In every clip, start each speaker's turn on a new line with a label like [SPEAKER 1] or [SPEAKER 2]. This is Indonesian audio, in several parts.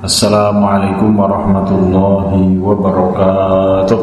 [SPEAKER 1] Assalamualaikum warahmatullahi wabarakatuh.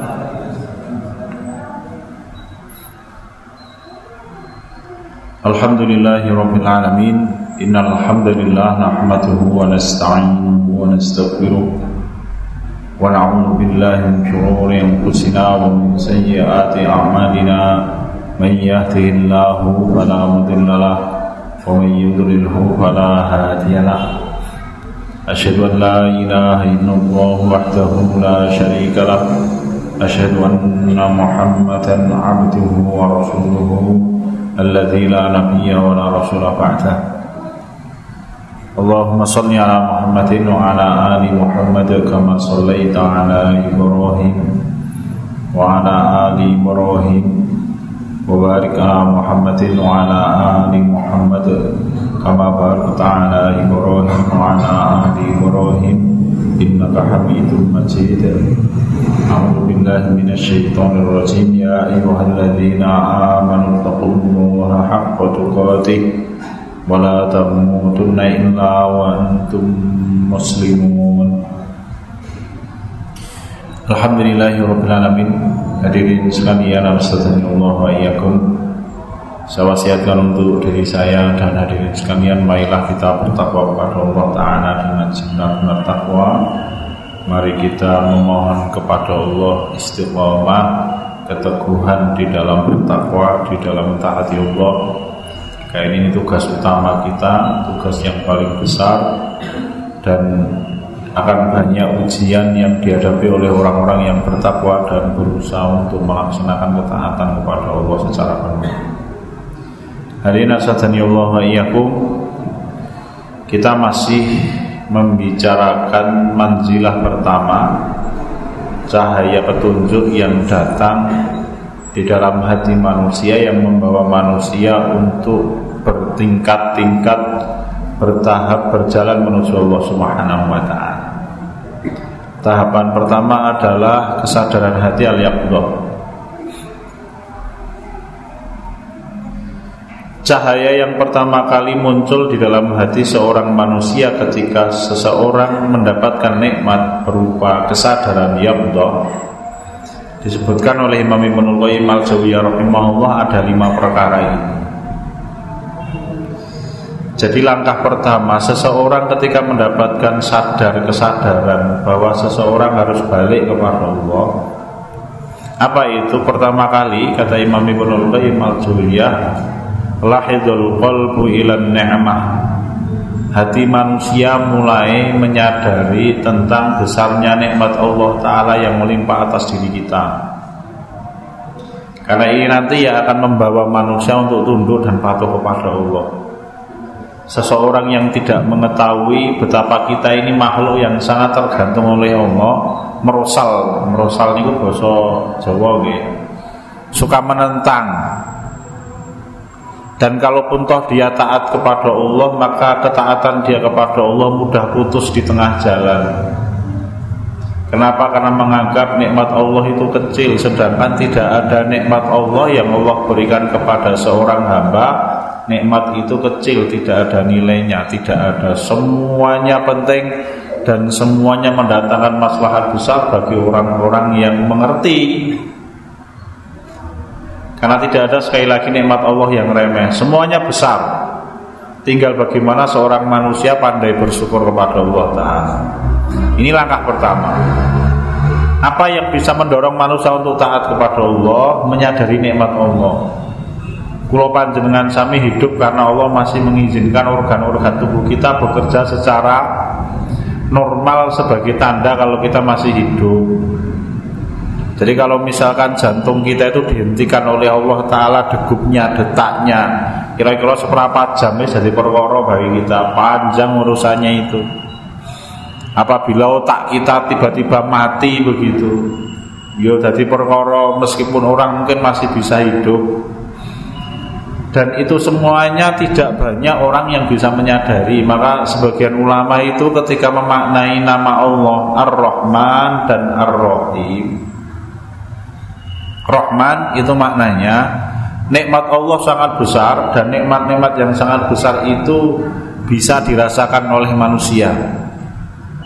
[SPEAKER 1] Alhamdulillahi rabbil alamin. Innal hamdalillah nahmaduhu wa nasta'inuhu wa nastaghfiruh wa na'udzu billahi min shururi anfusina wa min sayyiati a'malina. Man yahdihillahu fala mudilla lahu wa man yudlilhu fala hadiya lahu. Asyhadu an la ilaha illallah wahdahu la syarika lah. Asyhadu anna Muhammadan abduhu wa rasuluhu alladzi la nabiyya wa la rasula ba'dah. Allahumma shalli ala Muhammadin wa ala ali Muhammad kama shallaita ala Ibrahim wa ala ali Ibrahim wa barik ala Muhammadin wa ala ali Muhammad kama barakta ala Ibrahim wa ala ali Ibrahim innaka Hamidum Majid. A'udzu billahi minasy syaithanir rajim. Ya ayyuhalladzina amanu taqullaha haqqa tuqatih wa la tamutunna illa wa antum muslimun. Alhamdulillahirabbil alamin. Hadirin sekalian, astagfirullah wa iyyakum. Saya wasiatkan untuk diri saya dan hadirin sekalian, marilah kita bertakwa kepada Allah Ta'ala dengan sebenar-benar takwa. Mari kita memohon kepada Allah istiqomah, keteguhan di dalam bertakwa, di dalam taati Allah. Karena ini tugas utama kita, tugas yang paling besar, dan akan banyak ujian yang dihadapi oleh orang-orang yang bertakwa dan berusaha untuk melaksanakan ketaatan kepada Allah secara penuh. Hari ini asadhanillah wa iyyakum, kita masih membicarakan manzilah pertama, cahaya petunjuk yang datang di dalam hati manusia yang membawa manusia untuk bertingkat-tingkat, bertahap berjalan menuju Allah Subhanahu wa ta'ala. Tahapan pertama adalah kesadaran hati al-yaqdhah. Cahaya yang pertama kali muncul di dalam hati seorang manusia ketika seseorang mendapatkan nikmat berupa kesadaran yaqdhah. Disebutkan oleh Imam Ibnul Qayyim al-Jauziyah rahimahullah ada 5 perkara ini. Jadi langkah pertama seseorang ketika mendapatkan kesadaran bahwa seseorang harus balik kepada Allah. Apa itu? Pertama kali kata Imam Ibnul Qayyim al-Jauziyah, lahidul qalbu ilan ni'mah. Hati manusia mulai menyadari tentang besarnya nikmat Allah Ta'ala yang melimpah atas diri kita. Karena ini nanti yang akan membawa manusia untuk tunduk dan patuh kepada Allah. Seseorang yang tidak mengetahui betapa kita ini makhluk yang sangat tergantung oleh Allah, merosal niku basa Jawa nggih, suka menentang. Dan kalaupun toh dia taat kepada Allah, maka ketaatan dia kepada Allah mudah putus di tengah jalan. Kenapa? Karena menganggap nikmat Allah itu kecil, sedangkan tidak ada nikmat Allah yang Allah berikan kepada seorang hamba. Nikmat itu kecil, tidak ada nilainya, tidak ada. Semuanya penting dan semuanya mendatangkan maslahat besar bagi orang-orang yang mengerti. Karena tidak ada sekali lagi nikmat Allah yang remeh, semuanya besar. Tinggal bagaimana seorang manusia pandai bersyukur kepada Allah Ta'ala. Ini langkah pertama. Apa yang bisa mendorong manusia untuk taat kepada Allah? Menyadari nikmat Allah. Kula panjenengan sami hidup karena Allah masih mengizinkan organ-organ tubuh kita bekerja secara normal sebagai tanda kalau kita masih hidup. Jadi kalau misalkan jantung kita itu dihentikan oleh Allah Ta'ala, degupnya, detaknya, kira-kira seperempat jam jadi perkara bagi kita, panjang urusannya itu. Apabila otak kita tiba-tiba mati begitu, ya jadi perkara meskipun orang mungkin masih bisa hidup. Dan itu semuanya tidak banyak orang yang bisa menyadari. Maka sebagian ulama itu ketika memaknai nama Allah Ar-Rahman dan Ar-Rahim, Rahman itu maknanya nikmat Allah sangat besar, dan nikmat-nikmat yang sangat besar itu bisa dirasakan oleh manusia.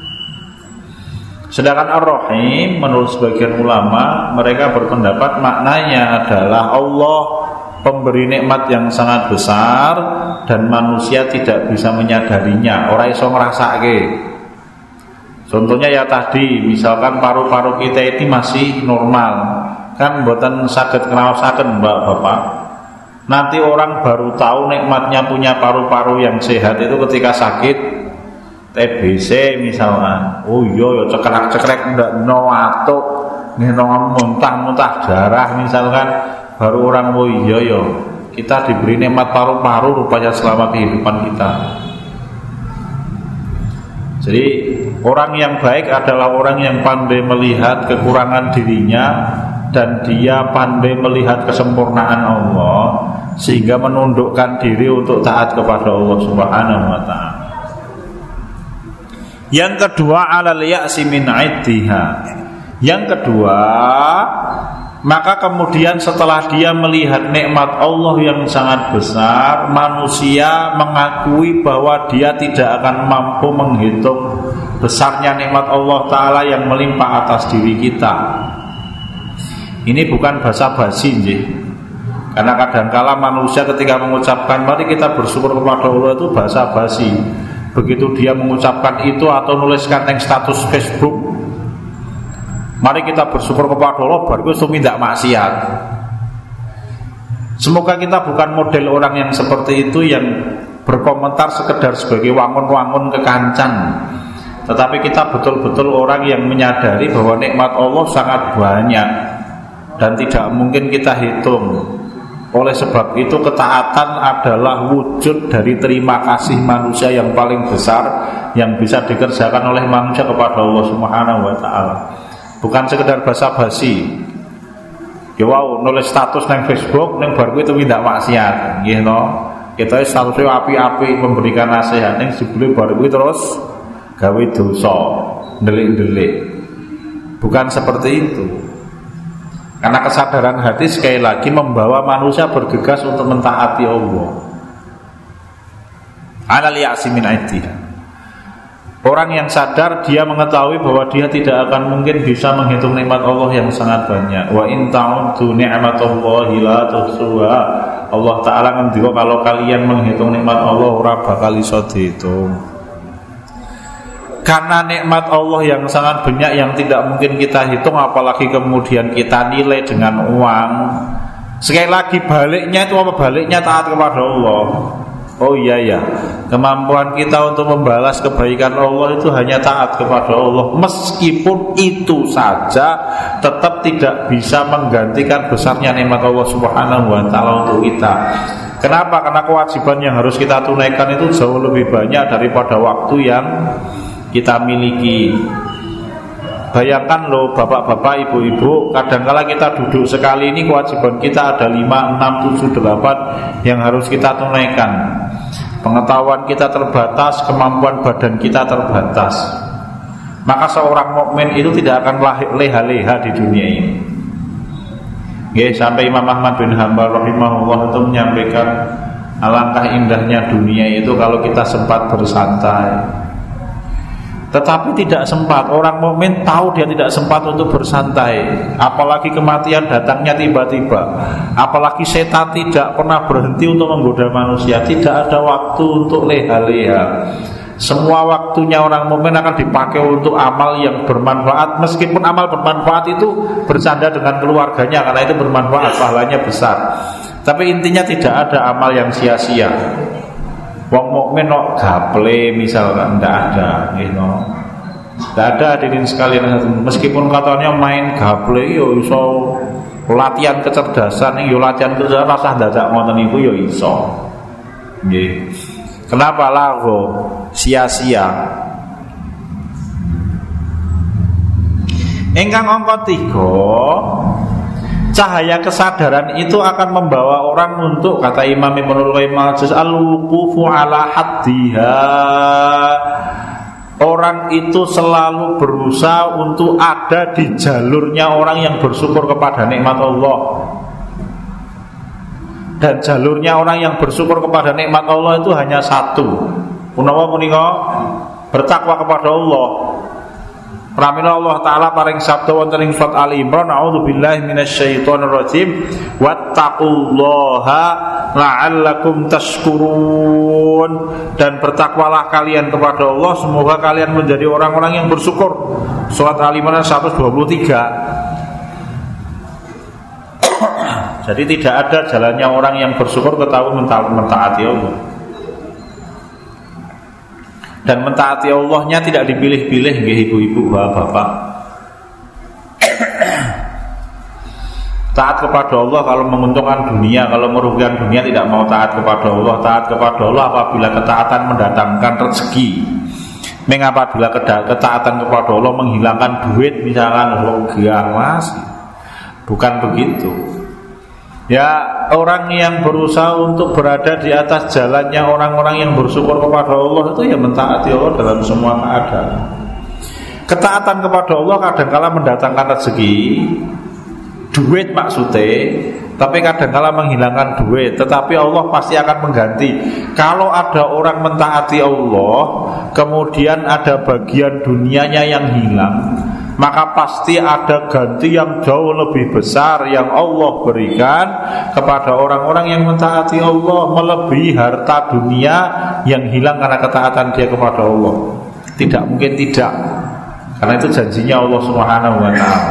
[SPEAKER 1] Sedangkan Ar-Rahim menurut sebagian ulama, mereka berpendapat maknanya adalah Allah pemberi nikmat yang sangat besar dan manusia tidak bisa menyadarinya, ora iso ngrasake. Contohnya ya tadi, misalkan paru-paru kita ini masih normal, kan mboten saged ngraosaken Mbak Bapak. Nanti orang baru tahu nikmatnya punya paru-paru yang sehat itu ketika sakit TBC misalnya. Oh iya ya cekrek-cekrek ndak no atuk, ngeno muntah-muntah darah misalkan, baru orang oh iya ya kita diberi nikmat paru-paru rupanya selama kehidupan kita. Jadi orang yang baik adalah orang yang pandai melihat kekurangan dirinya dan dia pandai melihat kesempurnaan Allah sehingga menundukkan diri untuk taat kepada Allah Subhanahu wa taala. Yang kedua, alal ya'si min 'iddiha. Yang kedua, maka kemudian setelah dia melihat nikmat Allah yang sangat besar, manusia mengakui bahwa dia tidak akan mampu menghitung besarnya nikmat Allah Ta'ala yang melimpah atas diri kita. Ini bukan basa-basi nggih. Karena kadangkala manusia ketika mengucapkan mari kita bersyukur kepada Allah itu basa-basi. Begitu dia mengucapkan itu atau nuliskan yang status Facebook, mari kita bersyukur kepada Allah, baru itu tidak maksiat. Semoga kita bukan model orang yang seperti itu, yang berkomentar sekedar sebagai wangun-wangun kekancan, tetapi kita betul-betul orang yang menyadari bahwa nikmat Allah sangat banyak dan tidak mungkin kita hitung. Oleh sebab itu ketaatan adalah wujud dari terima kasih manusia yang paling besar yang bisa dikerjakan oleh manusia kepada Allah Subhanahu wa taala. Bukan sekedar basa-basi. Ya wow, nulis status nang Facebook nang bar kuwi itu tidak maksiat, nggih no. Kita statusnya api-api memberikan nasihat ning jebule bar kuwi terus gawe dosa, ndelik-ndelik. Bukan seperti itu. Karena kesadaran hati sekali lagi membawa manusia bergegas untuk mentaati Allah. Alal ya'si min 'iddiha. Orang yang sadar dia mengetahui bahwa dia tidak akan mungkin bisa menghitung nikmat Allah yang sangat banyak. Wa in ta'uddu ni'matallahi la tuhsuha. Allah Ta'ala ngendika kalau kalian menghitung nikmat Allah ora bakal iso dihitung. Karena nikmat Allah yang sangat banyak yang tidak mungkin kita hitung, apalagi kemudian kita nilai dengan uang. Sekali lagi baliknya itu apa? Baliknya taat kepada Allah. Oh iya ya, kemampuan kita untuk membalas kebaikan Allah itu hanya taat kepada Allah. Meskipun itu saja tetap tidak bisa menggantikan besarnya nikmat Allah Subhanahu wa taala untuk kita. Kenapa? Karena kewajiban yang harus kita tunaikan itu jauh lebih banyak daripada waktu yang kita miliki. Bayangkan loh bapak-bapak, ibu-ibu, kadangkala kita duduk sekali ini kewajiban kita ada 5, 6, 7, 8 yang harus kita tunaikan. Pengetahuan kita terbatas, kemampuan badan kita terbatas. Maka seorang mukmin itu tidak akan leha-leha di dunia ini. Sampai Imam Ahmad bin Hanbal rahimahullah itu menyampaikan alangkah indahnya dunia itu kalau kita sempat bersantai. Tetapi tidak sempat. Orang mukmin tahu dia tidak sempat untuk bersantai. Apalagi kematian datangnya tiba-tiba. Apalagi setan tidak pernah berhenti untuk menggoda manusia. Tidak ada waktu untuk leha-leha. Semua waktunya orang mukmin akan dipakai untuk amal yang bermanfaat. Meskipun amal bermanfaat itu bersandar dengan keluarganya, karena itu bermanfaat, pahalanya besar. Tapi intinya tidak ada amal yang sia-sia. Wong mukmin kok gaple misalkan, ndak ada, gitu. Ndak ada hadirin sekalian. Meskipun katanya main gaple yo iso latihan kecerdasan, yo latihan kecerdasan rasah dadak ngoten niku yo iso. Nggih. Kenapa lago sia-sia? Ingkang angka 3, cahaya kesadaran itu akan membawa orang untuk, kata Imam Ibnul Qayyim al-wuqufu ala haddiha. Orang itu selalu berusaha untuk ada di jalurnya orang yang bersyukur kepada nikmat Allah. Dan jalurnya orang yang bersyukur kepada nikmat Allah itu hanya satu. Punawa punika bertakwa kepada Allah. Pramila Allah taala paring sabda wonten ing surat Ali Imran, a'udzubillahi minasyaitonir rajim, wattaqullaha la'allakum tashkurun, dan bertakwalah kalian kepada Allah, semoga kalian menjadi orang-orang yang bersyukur. Surat Ali Imran 123. Jadi tidak ada jalannya orang yang bersyukur ketahui mentaati Allah. Dan mentaati Allahnya tidak dipilih-pilih nggih ibu-ibu, bapak-bapak. Taat kepada Allah kalau menguntungkan dunia, kalau merugikan dunia tidak mau taat kepada Allah. Taat kepada Allah apabila ketaatan mendatangkan rezeki. Apabila ketaatan kepada Allah menghilangkan duit misalkan, Mas. Bukan begitu. Ya, orang yang berusaha untuk berada di atas jalannya orang-orang yang bersyukur kepada Allah itu ya mentaati Allah dalam semua keadaan. Ketaatan kepada Allah kadang-kala mendatangkan rezeki, duit maksudnya, tapi kadang-kala menghilangkan duit. Tetapi Allah pasti akan mengganti. Kalau ada orang mentaati Allah, kemudian ada bagian dunianya yang hilang, maka pasti ada ganti yang jauh lebih besar yang Allah berikan kepada orang-orang yang mentaati Allah, melebihi harta dunia yang hilang karena ketaatan dia kepada Allah. Tidak mungkin tidak, karena itu janjinya Allah Subhanahu wa ta'ala.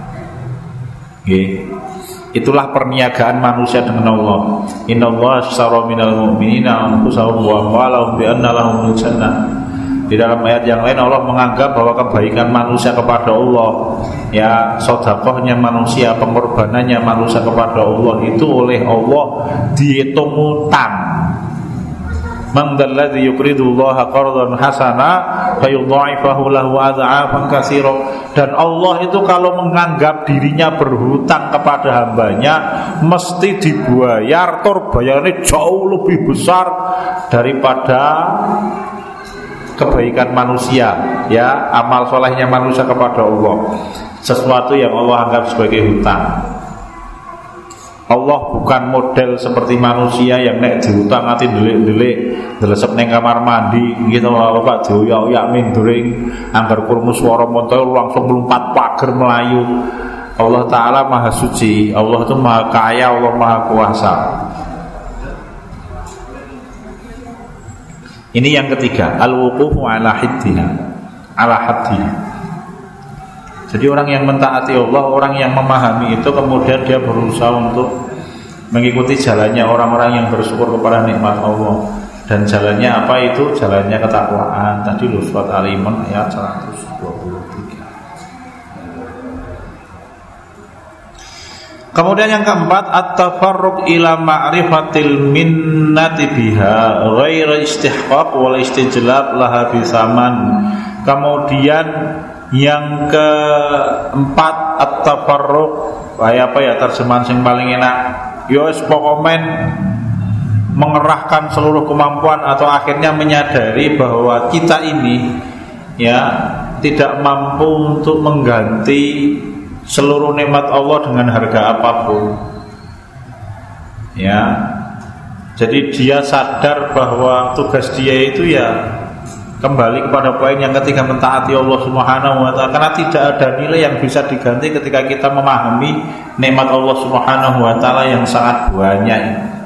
[SPEAKER 1] Itulah perniagaan manusia dengan Allah. Innallaha ashtara minal mu'minina anfusahum wa amwalahum bi anna lahumul jannah. Di dalam ayat yang lain Allah menganggap bahwa kebaikan manusia kepada Allah, ya sedekahnya manusia, pengorbanannya manusia kepada Allah itu oleh Allah dihitung utang. Man dzalladzi yuqridullaha qardan hasana fayudha'ifahu lahu adha'afan katsira. Dan Allah itu kalau menganggap dirinya berhutang kepada hambanya, mesti dibayar bayarnya jauh lebih besar daripada kebaikan manusia, ya amal solehnya manusia kepada Allah, sesuatu yang Allah anggap sebagai hutang. Allah bukan model seperti manusia yang nek dihutang ati delik-delik delesep ning kamar mandi gitu Bapak dioyak-oyak mindering anggar krungu swara montor langsung melompat pager melayu. Allah taala maha suci, Allah itu maha kaya, Allah maha kuasa. Ini yang ketiga, al-wuqufu ala haddiha, ala haddiha. Jadi orang yang mentaati Allah, orang yang memahami itu, kemudian dia berusaha untuk mengikuti jalannya orang-orang yang bersyukur kepada nikmat Allah. Dan jalannya apa itu? Jalannya ketakwaan. Tadi surat Ali Imran ayat 123. Kemudian yang keempat, at-tafarruq ila ma'rifatil minnati biha ghaira istihqaq wal istijlab laha bisaman. Kemudian yang keempat, at-tafarruq, apa ya terjemahan yang paling enak? Yos pokomen mengerahkan seluruh kemampuan atau akhirnya menyadari bahwa kita ini ya tidak mampu untuk mengganti seluruh nikmat Allah dengan harga apapun. Ya. Jadi dia sadar bahwa tugas dia itu ya kembali kepada poin yang ketiga, mentaati Allah Subhanahu wa ta'ala, karena tidak ada nilai yang bisa diganti ketika kita memahami nikmat Allah Subhanahu wa ta'ala yang sangat banyak.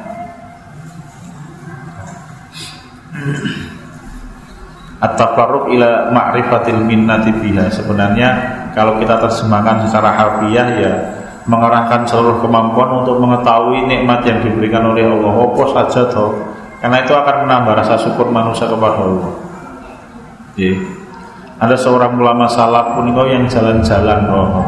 [SPEAKER 1] At-tafarruq ila ma'rifatil minnati biha, sebenarnya kalau kita terjemahkan secara harfiah ya mengerahkan seluruh kemampuan untuk mengetahui nikmat yang diberikan oleh Allah apa saja toh, karena itu akan menambah rasa syukur manusia kepada Allah. Ya. Ada seorang ulama salaf pun yang jalan-jalan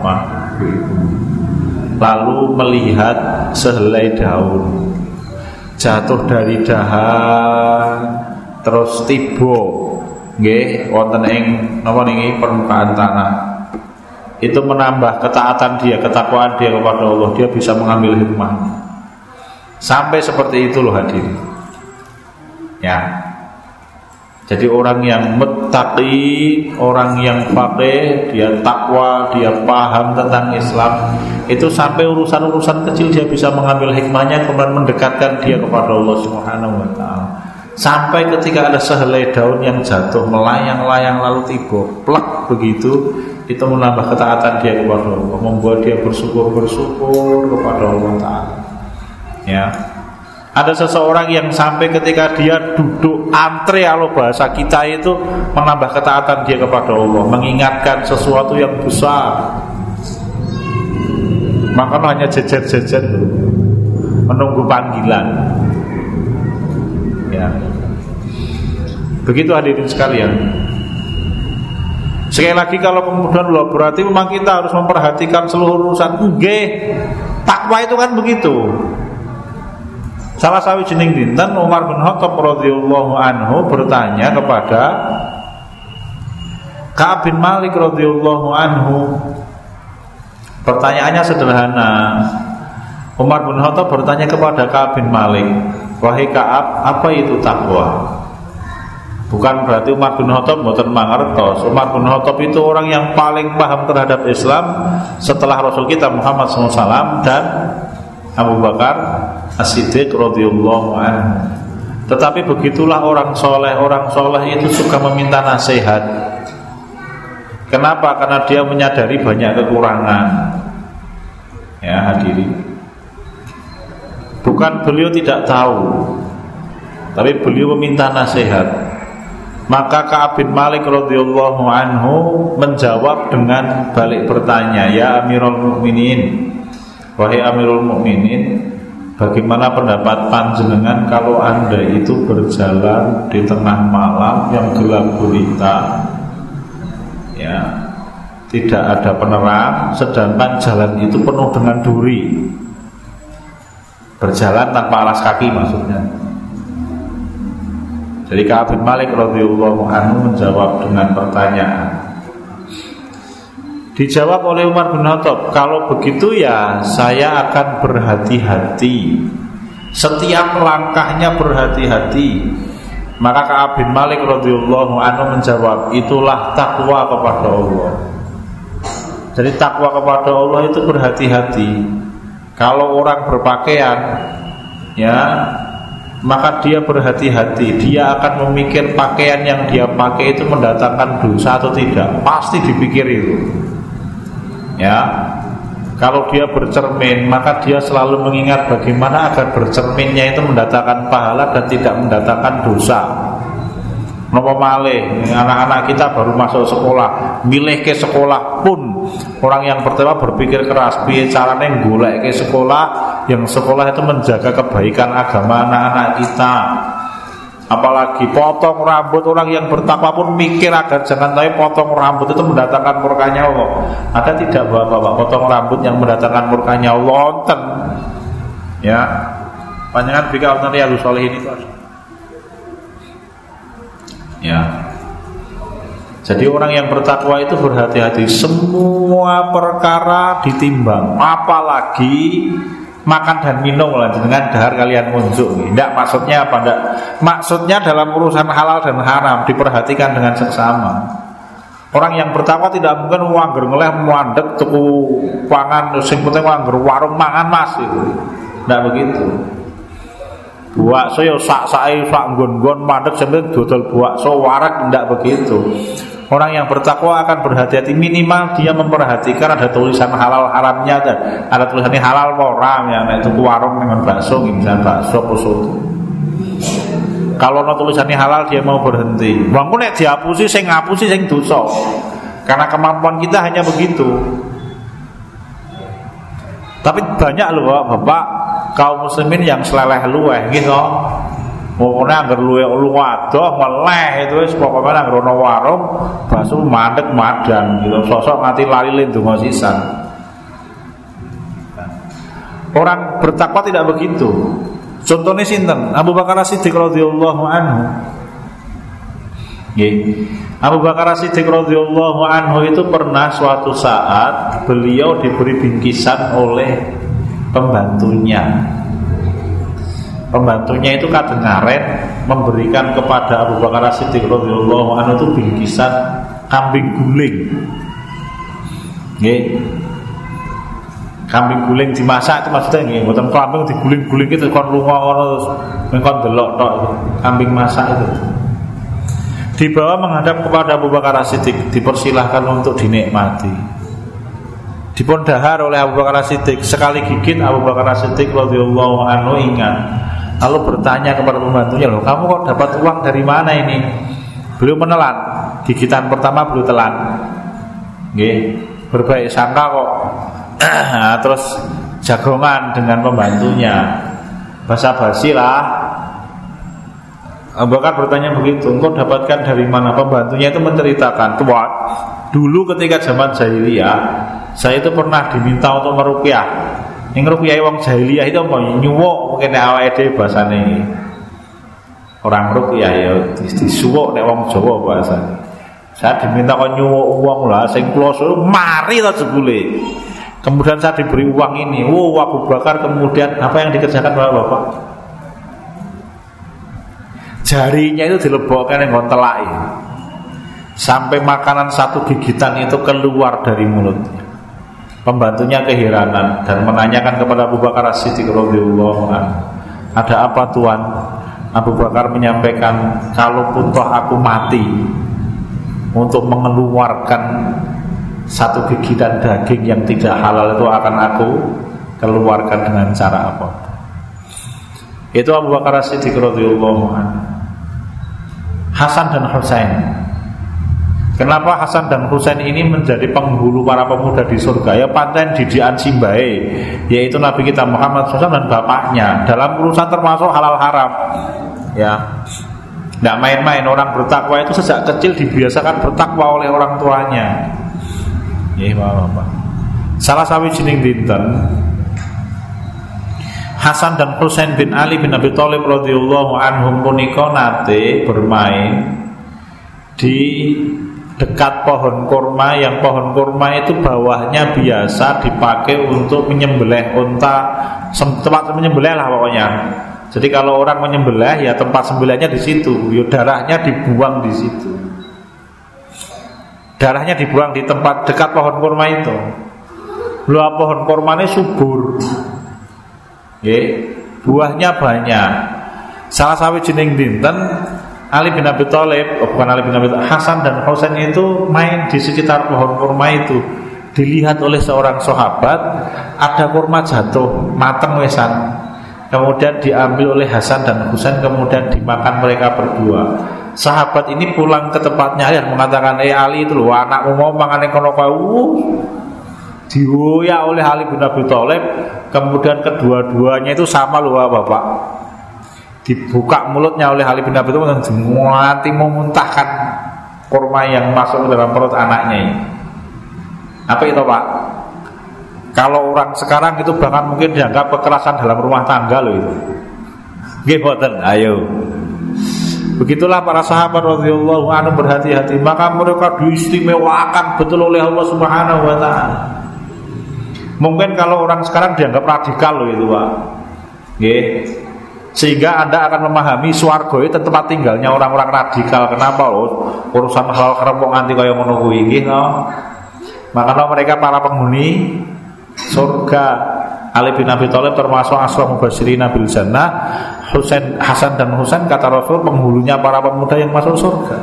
[SPEAKER 1] lalu melihat sehelai daun jatuh dari dahan terus tiba nggih wonten ing napa niki permukaan tanah. Itu menambah ketaatan dia, ketakwaan dia kepada Allah. Dia bisa mengambil hikmahnya. Sampai seperti itu loh hadirin. Ya. Jadi orang yang muttaqi, orang yang faqih, dia takwa, dia paham tentang Islam, itu sampai urusan-urusan kecil dia bisa mengambil hikmahnya, kemudian mendekatkan dia kepada Allah Subhanahu wa ta'ala. Sampai ketika ada sehelai daun yang jatuh melayang-layang lalu tiba plak begitu, itu menambah ketaatan dia kepada Allah, membuat dia bersyukur kepada Allah Ta'ala. Ya. Ada seseorang yang sampai ketika dia duduk antre, kalau bahasa kita itu menambah ketaatan dia kepada Allah, mengingatkan sesuatu yang besar. Maka hanya jejer-jejer menunggu panggilan. Ya. Begitu hadirin sekalian. Sekali lagi kalau kemudian loh, berarti memang kita harus memperhatikan seluruh urusan. Nggih, takwa itu kan begitu. Salah sawijining dinten Umar bin Khattab radhiyallahu anhu bertanya kepada Ka'ab bin Malik radhiyallahu anhu. Pertanyaannya sederhana. Umar bin Khattab bertanya kepada Ka'ab bin Malik, "Wahai Ka'ab, apa itu takwa?" Bukan berarti Umar bin Khattab mboten mangertos. Umar bin Khattab itu orang yang paling paham terhadap Islam setelah Rasul kita Muhammad SAW dan Abu Bakar As-Siddiq radhiyallahu anhu. Tetapi begitulah orang soleh itu suka meminta nasihat. Kenapa? Karena dia menyadari banyak kekurangan. Ya hadirin, bukan beliau tidak tahu, tapi beliau meminta nasihat. Maka Ka'ab bin Malik radhiyallahu anhu menjawab dengan balik bertanya, "Ya Amirul Mukminin, wahai Amirul Mukminin, bagaimana pendapat panjenengan kalau Anda itu berjalan di tengah malam yang gelap gulita, ya, tidak ada penerang, sedangkan jalan itu penuh dengan duri, berjalan tanpa alas kaki maksudnya." Jadi Ka'ab bin Malik radhiyallahu anhu menjawab dengan pertanyaan. Dijawab oleh Umar bin Khattab, "Kalau begitu ya saya akan berhati-hati. Setiap langkahnya berhati-hati." Maka Ka'ab bin Malik radhiyallahu anhu menjawab, "Itulah takwa kepada Allah." Jadi takwa kepada Allah itu berhati-hati. Kalau orang berpakaian, ya, maka dia berhati-hati. Dia akan memikir pakaian yang dia pakai itu mendatangkan dosa atau tidak. Pasti dipikir itu. Ya, kalau dia bercermin, maka dia selalu mengingat bagaimana agar bercerminnya itu mendatangkan pahala dan tidak mendatangkan dosa. Napa malih anak-anak kita baru masuk sekolah, milih ke sekolah pun orang yang pertama berpikir keras, piye carane golek ke sekolah yang sekolah itu menjaga kebaikan agama anak-anak kita. Apalagi potong rambut, orang yang bertakwa pun mikir agar jangan tahu potong rambut itu mendatangkan murkanya Allah. Ada tidak Bapak potong rambut yang mendatangkan murkanya Allah? Wonten. Ya. Panjenengan bika wonten Riyadhus Shalihin itu. Ya. Jadi orang yang bertakwa itu berhati-hati, semua perkara ditimbang, apalagi makan dan minum lah dengan dahar kalian munjuk. Tidak, maksudnya apa? Tidak. Maksudnya dalam urusan halal dan haram diperhatikan dengan seksama. Orang yang bertakwa tidak mungkin wangger ngeleh mandek tuku pangan sing penting wangger warung mangan Mas itu. Tidak begitu. Buakso yo sak-sake sak nggon-nggon mandek sampe dodol buakso warak, ndak begitu. Orang yang bertakwa akan berhati-hati, minimal dia memperhatikan ada tulisan halal haramnya, ada tulisannya halal ora ya, nek tuku warung dengan bakso misalnya bakso soto. Kalau ada tulisannya halal dia mau berhenti. Wong nek dihapusi sing ngapusi sing dosa. Karena kemampuan kita hanya begitu. Tapi banyak loh Bapak kaum muslimin yang seleleh luweh gitu. Pokoknya anggar luweh adoh meleh itu wis pokoke anggar ono warung bakso mandek madan gitu. Sosok nganti lali ndonga sisan. Orang bertakwa tidak begitu. Contohnya sinten? Abu Bakar As-Siddiq radhiyallahu anhu. Nggih. Abu Bakar As-Siddiq radhiyallahu anhu itu pernah suatu saat beliau diberi bingkisan oleh pembantunya. Pembantunya itu kadengaren memberikan kepada Abu Bakar As-Siddiq radhiyallahu anhu itu bingkisan kambing guling. Nggih. Kambing guling dimasak itu maksudnya nggih, mboten kambing diguling-guling itu kon lunga ngono terus kon delok tok kambing masak itu. Dibawa menghadap kepada Abu Bakar As-Siddiq, dipersilahkan untuk dinikmati. Dipun dahar oleh Abu Bakar As-Siddiq, sekali gigit Abu Bakar As-Siddiq radhiyallahu anhu ingat, lalu bertanya kepada pembantunya, "Loh, kamu kok dapat uang dari mana ini?" Beliau menelan, gigitan pertama beliau telan. Nggih, berbaik sangka kok. Terus jagongan dengan pembantunya, basa-basi lah. Abu Bakar bertanya begitu, "Engkau dapatkan dari mana?" Pembantunya itu menceritakan, "Tuan, dulu ketika zaman jahiliyah, saya itu pernah diminta untuk meruqyah. Yang ngeruqyah wong jahiliyah itu apa? Nyuwuk mungkin awake dhewe basane. Orang ruqyah ya disuwuk nek wong Jawa bahasane. Saya diminta kok nyuwuk wong lah sing kula suruh mari ta jebule. Kemudian saya diberi uang ini. Abu Bakar kemudian apa yang dikerjakan oleh Bapak? Jarinya itu dilebokkan yang ngontelai sampai makanan satu gigitan itu keluar dari mulutnya. Pembantunya keheranan dan menanyakan kepada Abu Bakar As-Siddiq radhiyallahu anhu, "Ada apa tuan?" Abu Bakar menyampaikan, "Kalaupun toh aku mati, untuk mengeluarkan satu gigitan daging yang tidak halal itu akan aku keluarkan dengan cara apa?" Itu Abu Bakar As-Siddiq radhiyallahu anhu. Hasan dan Husain. Kenapa Hasan dan Husain ini menjadi penghulu para pemuda di surga? Ya pancen didikan simbahe, yaitu Nabi kita Muhammad SAW dan bapaknya dalam urusan termasuk halal haram. Ya, tidak main-main. Orang bertakwa itu sejak kecil dibiasakan bertakwa oleh orang tuanya. Ya, Bapak. Salah sawijining dinten Hasan dan Husain bin Ali bin Abi Thalib radhiyallahu anhum punika nate bermain di dekat pohon kurma, yang pohon kurma itu bawahnya biasa dipakai untuk menyembelih unta, tempat menyembelih lah pokoknya. Jadi kalau orang menyembelih ya tempat sembelihnya di situ, ya darahnya dibuang di situ. Darahnya dibuang di tempat dekat pohon kurma itu. Lha pohon kurmane subur. Buahnya banyak. Salah sawijining dinten Ali bin Abi Thalib, bukan Ali bin Abi Thalib, Hasan dan Husain itu main di sekitar pohon kurma itu. Dilihat oleh seorang sahabat, ada kurma jatuh, mateng wesan. Kemudian diambil oleh Hasan dan Husain, kemudian dimakan mereka berdua. Sahabat ini pulang ke tempatnya dan mengatakan, Ali itu loh, anakmu mau makan kono kau. Diwoya oleh Ali bin Abi Thalib. Kemudian kedua-duanya itu sama loh Bapak. Dibuka mulutnya oleh Ali bin Abi Thalib, nanti memuntahkan kurma yang masuk ke dalam perut anaknya ini. Apa itu Pak? Kalau orang sekarang itu bahkan mungkin dianggap kekerasan dalam rumah tangga loh itu. Nggih mboten, ayo. Begitulah para sahabat radhiyallahu anhum berhati-hati, maka mereka diistimewakan betul oleh Allah Subhanahu wa taala. Mungkin kalau orang sekarang dianggap radikal loh itu Pak. Nggih. Sehingga Anda akan memahami swarga itu tempat tinggalnya orang-orang radikal. Kenapa loh? Urusan halal haram kok nganti kaya ngono kuwi nggih no. Makanya mereka para penghuni surga. Ali bin Abi Thalib termasuk asyraful mubasysyirin bil jannah. Hasan dan Husain kata Rasul penghulunya para pemuda yang masuk surga.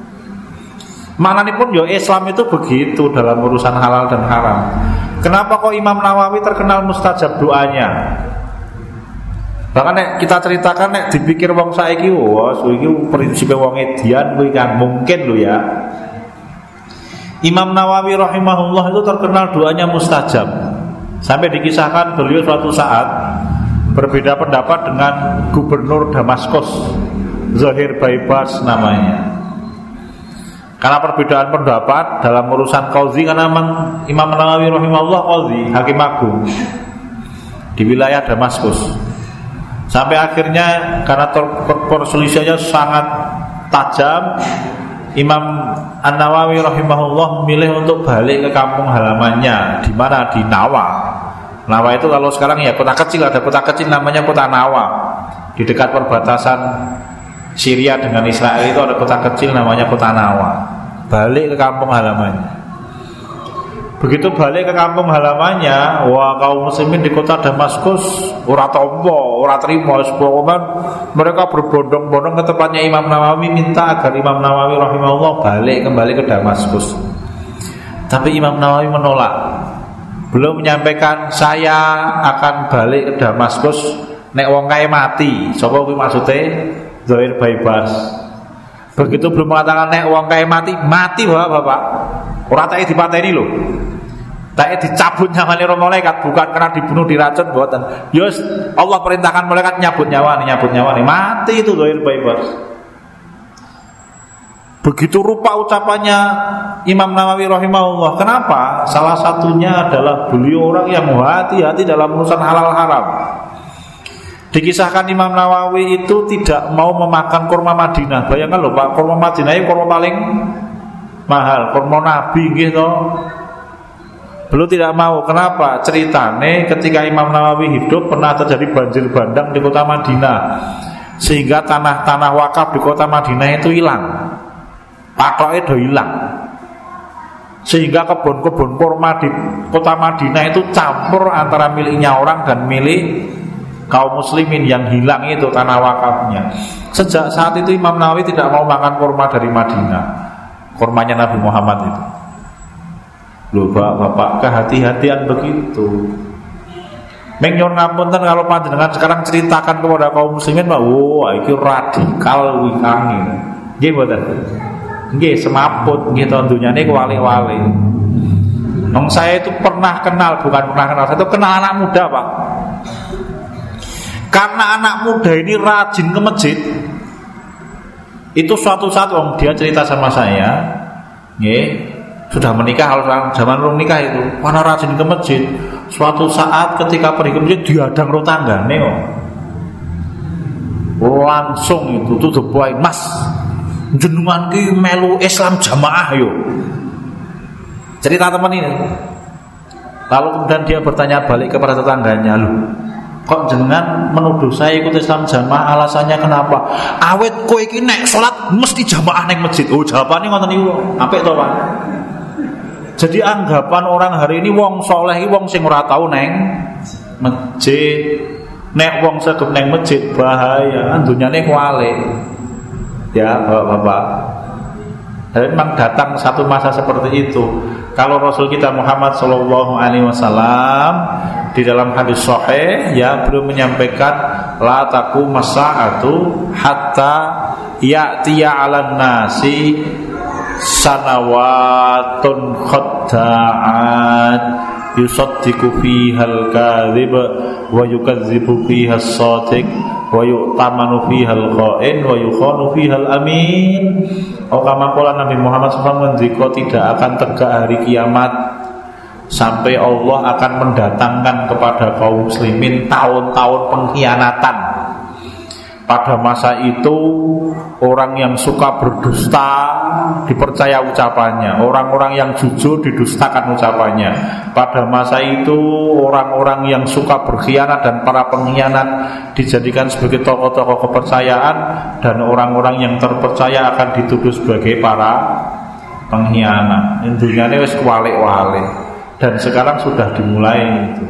[SPEAKER 1] Maknanya pun ya Islam itu begitu dalam urusan halal dan haram. Kenapa kok Imam Nawawi terkenal mustajab doanya? Bahkan nek kita ceritakan nek dipikir wong saiki, wah iki prinsipe wong edian kuwi kan mungkin lho ya. Imam Nawawi rahimahullah itu terkenal doanya mustajab. Sampai dikisahkan beliau suatu saat berbeda pendapat dengan gubernur Damaskus, Zahir Baibas namanya. Karena perbedaan pendapat dalam urusan qazi, karena Imam Nawawi rahimahullah qazi, hakim agung di wilayah Damaskus. Sampai akhirnya karena perselisihannya sangat tajam, Imam An-Nawawi rahimahullah memilih untuk balik ke kampung halamannya, di mana di Nawa. Nawa itu kalau sekarang ya kota kecil, ada kota kecil namanya kota Nawa. Di dekat perbatasan Syria dengan Israel itu ada kota kecil namanya kota Nawa. Balik ke kampung halamannya. Begitu balik ke kampung halamannya, wah kaum muslimin di kota Damaskus ora tompo, ora terima, sebab mereka berbondong-bondong ke tempatnya Imam Nawawi minta agar Imam Nawawi rahimahullah balik kembali ke Damaskus. Tapi Imam Nawawi menolak. Belum menyampaikan saya akan balik ke Damaskus nek wong kae mati. Sapa kuwi maksude? Zahir Baibars. Begitu belum mengatakan nek wong kae mati, mati Bapak. Ora tak dipateni lho. Tak dicabut nyawane malaikat, bukan karena dibunuh diracun mboten. Yus Allah perintahkan malaikat nyabut nyawane. Mati itu Zahir Baibars. Begitu rupa ucapannya Imam Nawawi rahimahullah. Kenapa? Salah satunya adalah beliau orang yang hati-hati dalam urusan halal haram. Dikisahkan Imam Nawawi itu tidak mau memakan kurma Madinah. Bayangkan loh Pak, kurma Madinah itu kurma paling mahal, kurma Nabi gitu. Beliau tidak mau. Kenapa? Ceritane ketika Imam Nawawi hidup pernah terjadi banjir bandang di kota Madinah, sehingga tanah-tanah wakaf di kota Madinah itu hilang, patoknya udah hilang, sehingga kebun-kebun kurma di kota Madinah itu campur antara miliknya orang dan milik kaum muslimin yang hilang itu tanah wakafnya. Sejak saat itu Imam Nawawi tidak mau makan kurma dari Madinah, kurmanya Nabi Muhammad itu. Loh bapak kehati-hatian begitu. Menyon ngapunten kalau panjenengan sekarang ceritakan kepada kaum muslimin, wah iki radikal wikangi. Nggih mboten? Nggih semaput nggih to dunyane kuwali-wali. Nong saya itu pernah kenal, bukan pernah kenal, saya itu kenal anak muda Pak. Karena anak muda ini rajin ke masjid. Itu suatu saat dia cerita sama saya, nggih, sudah menikah, kalau zaman belum nikah itu mana rajin ke masjid. Suatu saat ketika pergi ke masjid dihadang ro tanggane kok. Langsung itu tuh debuai, Mas, jenengan ki melu Islam jamaah yo. Cerita teman ini. Lalu kemudian dia bertanya balik kepada tetangganya, loh, kok jenengan menuduh saya ikut Islam jamaah, alasannya kenapa? Awet kowe iki nek salat mesti jamaah ning masjid. Oh, jawabane ngoten niku. Apik to, Pak? Jadi anggapan orang hari ini wong soleh iki wong sing ora tau neng masjid. Nek wong segep neng masjid bahaya, dunyane kuwale. Ya, Bapak. Dan memang datang satu masa seperti itu. Kalau Rasul kita Muhammad sallallahu alaihi wasallam di dalam hadis sahih ya beliau menyampaikan la taqum as-sa'atu hatta ya'tiya 'alan nasi sanawatun khadda'at yusaddiqu fihal kadhib wa yukadzibu fihas sadiq wa yu'tamanu fihal kha'in wa yukhanu fihal amin. Kama qala Nabi Muhammad SAW ngendika tidak akan tegak hari kiamat sampai Allah akan mendatangkan kepada kaum muslimin tahun-tahun pengkhianatan. Pada masa itu orang yang suka berdusta dipercaya ucapannya, orang-orang yang jujur didustakan ucapannya. Pada masa itu orang-orang yang suka berkhianat dan para pengkhianat dijadikan sebagai tokoh-tokoh kepercayaan, dan orang-orang yang terpercaya akan dituduh sebagai para pengkhianat. Intinya wis kuwalik-walik, dan sekarang sudah dimulai itu.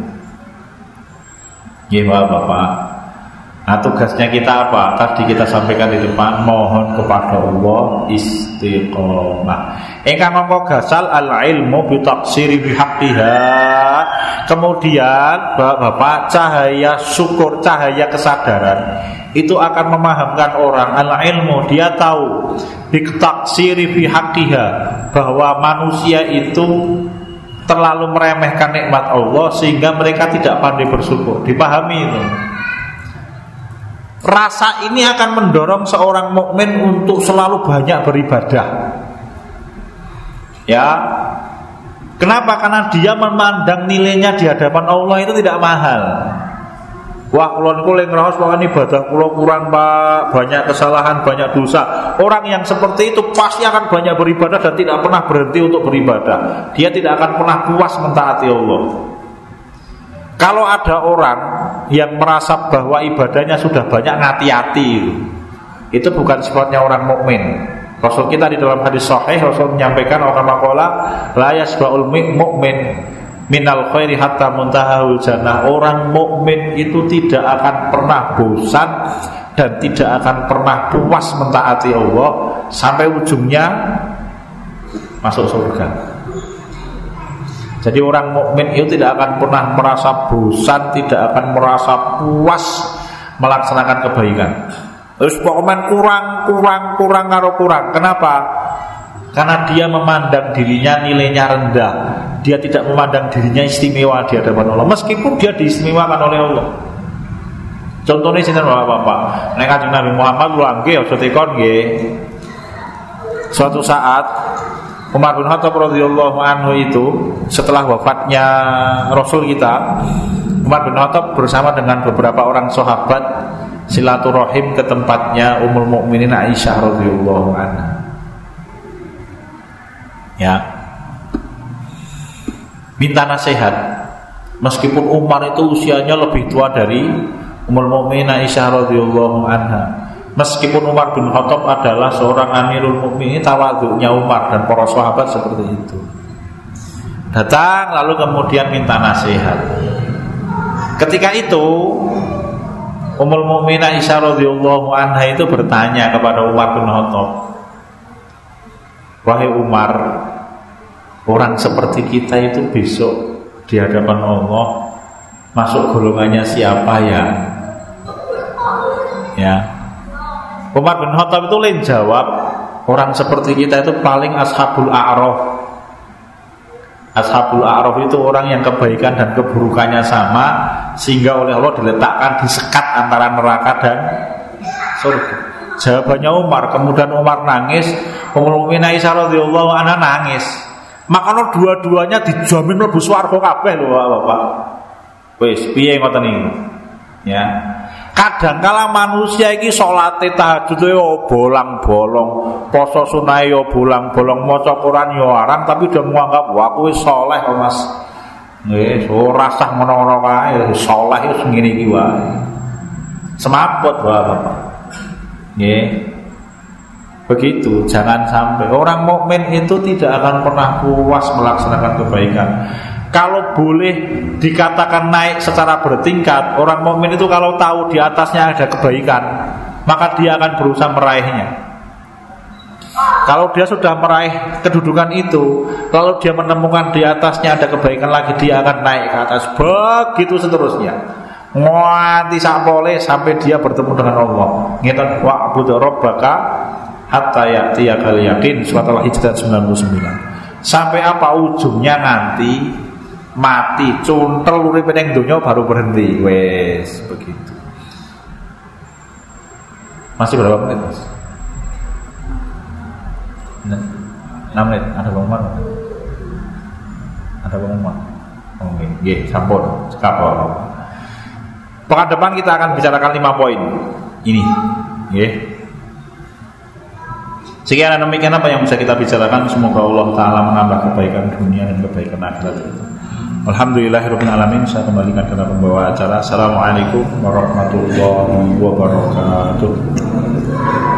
[SPEAKER 1] Ya Bapak. Nah tugasnya kita apa? Tadi kita sampaikan di depan, mohon kepada Allah istiqomah. Ingkang mongko gasal al-ilmu bi taqsiri bi haqqiha. Kemudian Bapak, cahaya syukur, cahaya kesadaran itu akan memahamkan orang al-ilmu, dia tahu bi taqsiri bi haqqiha, bahwa manusia itu terlalu meremehkan nikmat Allah sehingga mereka tidak pandai bersyukur. Dipahami itu. Rasa ini akan mendorong seorang mukmin untuk selalu banyak beribadah. Ya. Kenapa? Karena dia memandang nilainya di hadapan Allah itu tidak mahal. Wah, kula niku lek ngraos wae ibadah kula kurang, Pak, banyak kesalahan, banyak dosa. Orang yang seperti itu pasti akan banyak beribadah dan tidak pernah berhenti untuk beribadah. Dia tidak akan pernah puas mentaati Allah. Kalau ada orang yang merasa bahwa ibadahnya sudah banyak, ngati-hati, itu bukan sifatnya orang mukmin. Rasul kita di dalam hadis sahih, Rasul menyampaikan orang makola la yasba'ul mu'min minal khairi hatta muntahul jannah. Orang mukmin itu tidak akan pernah bosan dan tidak akan pernah puas mentaati Allah sampai ujungnya masuk surga. Jadi orang mukmin itu tidak akan pernah merasa bosan, tidak akan merasa puas melaksanakan kebaikan. Terus pokoknya kurang karo kurang. Kenapa? Karena dia memandang dirinya nilainya rendah. Dia tidak memandang dirinya istimewa di hadapan Allah, meskipun dia diistimewakan oleh Allah. Contohnya sinten Bapak-bapak, nek Kanjeng Nabi Muhammad lu nggih aja tekon nggih. Suatu saat Umar bin Khattab radhiyallahu anhu itu setelah wafatnya Rasul kita, Umar bin Khattab bersama dengan beberapa orang sahabat silaturahim ke tempatnya Ummul Mukminin Aisyah radhiyallahu anha. Ya. Minta nasihat. Meskipun Umar itu usianya lebih tua dari Ummul Mukminin Aisyah radhiyallahu anha. Meskipun Umar bin Khattab adalah seorang Amirul Mukminin, tawadhunya Umar dan para sahabat seperti itu. Datang lalu kemudian minta nasihat. Ketika itu Ummul Mukminin Aisyah radhiyallahu anha itu bertanya kepada Umar bin Khattab, "Wahai Umar, orang seperti kita itu besok di hadapan Allah masuk golongannya siapa ya?" Ya. Umar bin Khattab itu lain jawab, orang seperti kita itu paling ashabul a'raf. Ashabul a'raf itu orang yang kebaikan dan keburukannya sama, sehingga oleh Allah diletakkan di sekat antara neraka dan surga. Jawabannya Umar. Kemudian Umar nangis, Ummul Mukminin Aisyah radhiyallahu anha nangis. Makanya dua-duanya dijamin mlebu swarga kabeh lho Bapak. Wis piye ngoten iki? Ya. Kadangkala manusia iki salate tahajud yo bolang-bolong, poso sunah yo bolang-bolong, maca Quran yo arang, tapi udah menganggap wah aku wis saleh kok Mas. Nggih, ora sah ngono-ngono kae, saleh wis ngene iki wae. Semaput Bapak. Nggih. Begitu, jangan sampai orang mukmin itu tidak akan pernah puas melaksanakan kebaikan. Kalau boleh dikatakan naik secara bertingkat, orang mukmin itu kalau tahu di atasnya ada kebaikan, maka dia akan berusaha meraihnya. Kalau dia sudah meraih kedudukan itu, lalu dia menemukan di atasnya ada kebaikan lagi, dia akan naik ke atas. Begitu seterusnya. Nganti sakpole sampai dia bertemu dengan Allah. Ngeten wa'budu rabbaka hatta ya'tiyakal yaqin, surat Al-Hijr 99. Sampai apa ujungnya nanti mati, cuntel uripe ning donya baru berhenti. Wes begitu. Masih berapa menit, Mas? 6 menit. Ada pengumuman? Ada pengumuman? Oke, nggih, sampun. Sekapol. Pekan depan kita akan bicarakan 5 poin ini. Nggih. Sekian dan demikian apa yang bisa kita bicarakan. Semoga Allah Ta'ala menambah kebaikan dunia dan kebaikan akhirat kita. Alhamdulillahirabbil alamin. Saya kembalikan kepada pembawa acara. Assalamualaikum warahmatullahi wabarakatuh.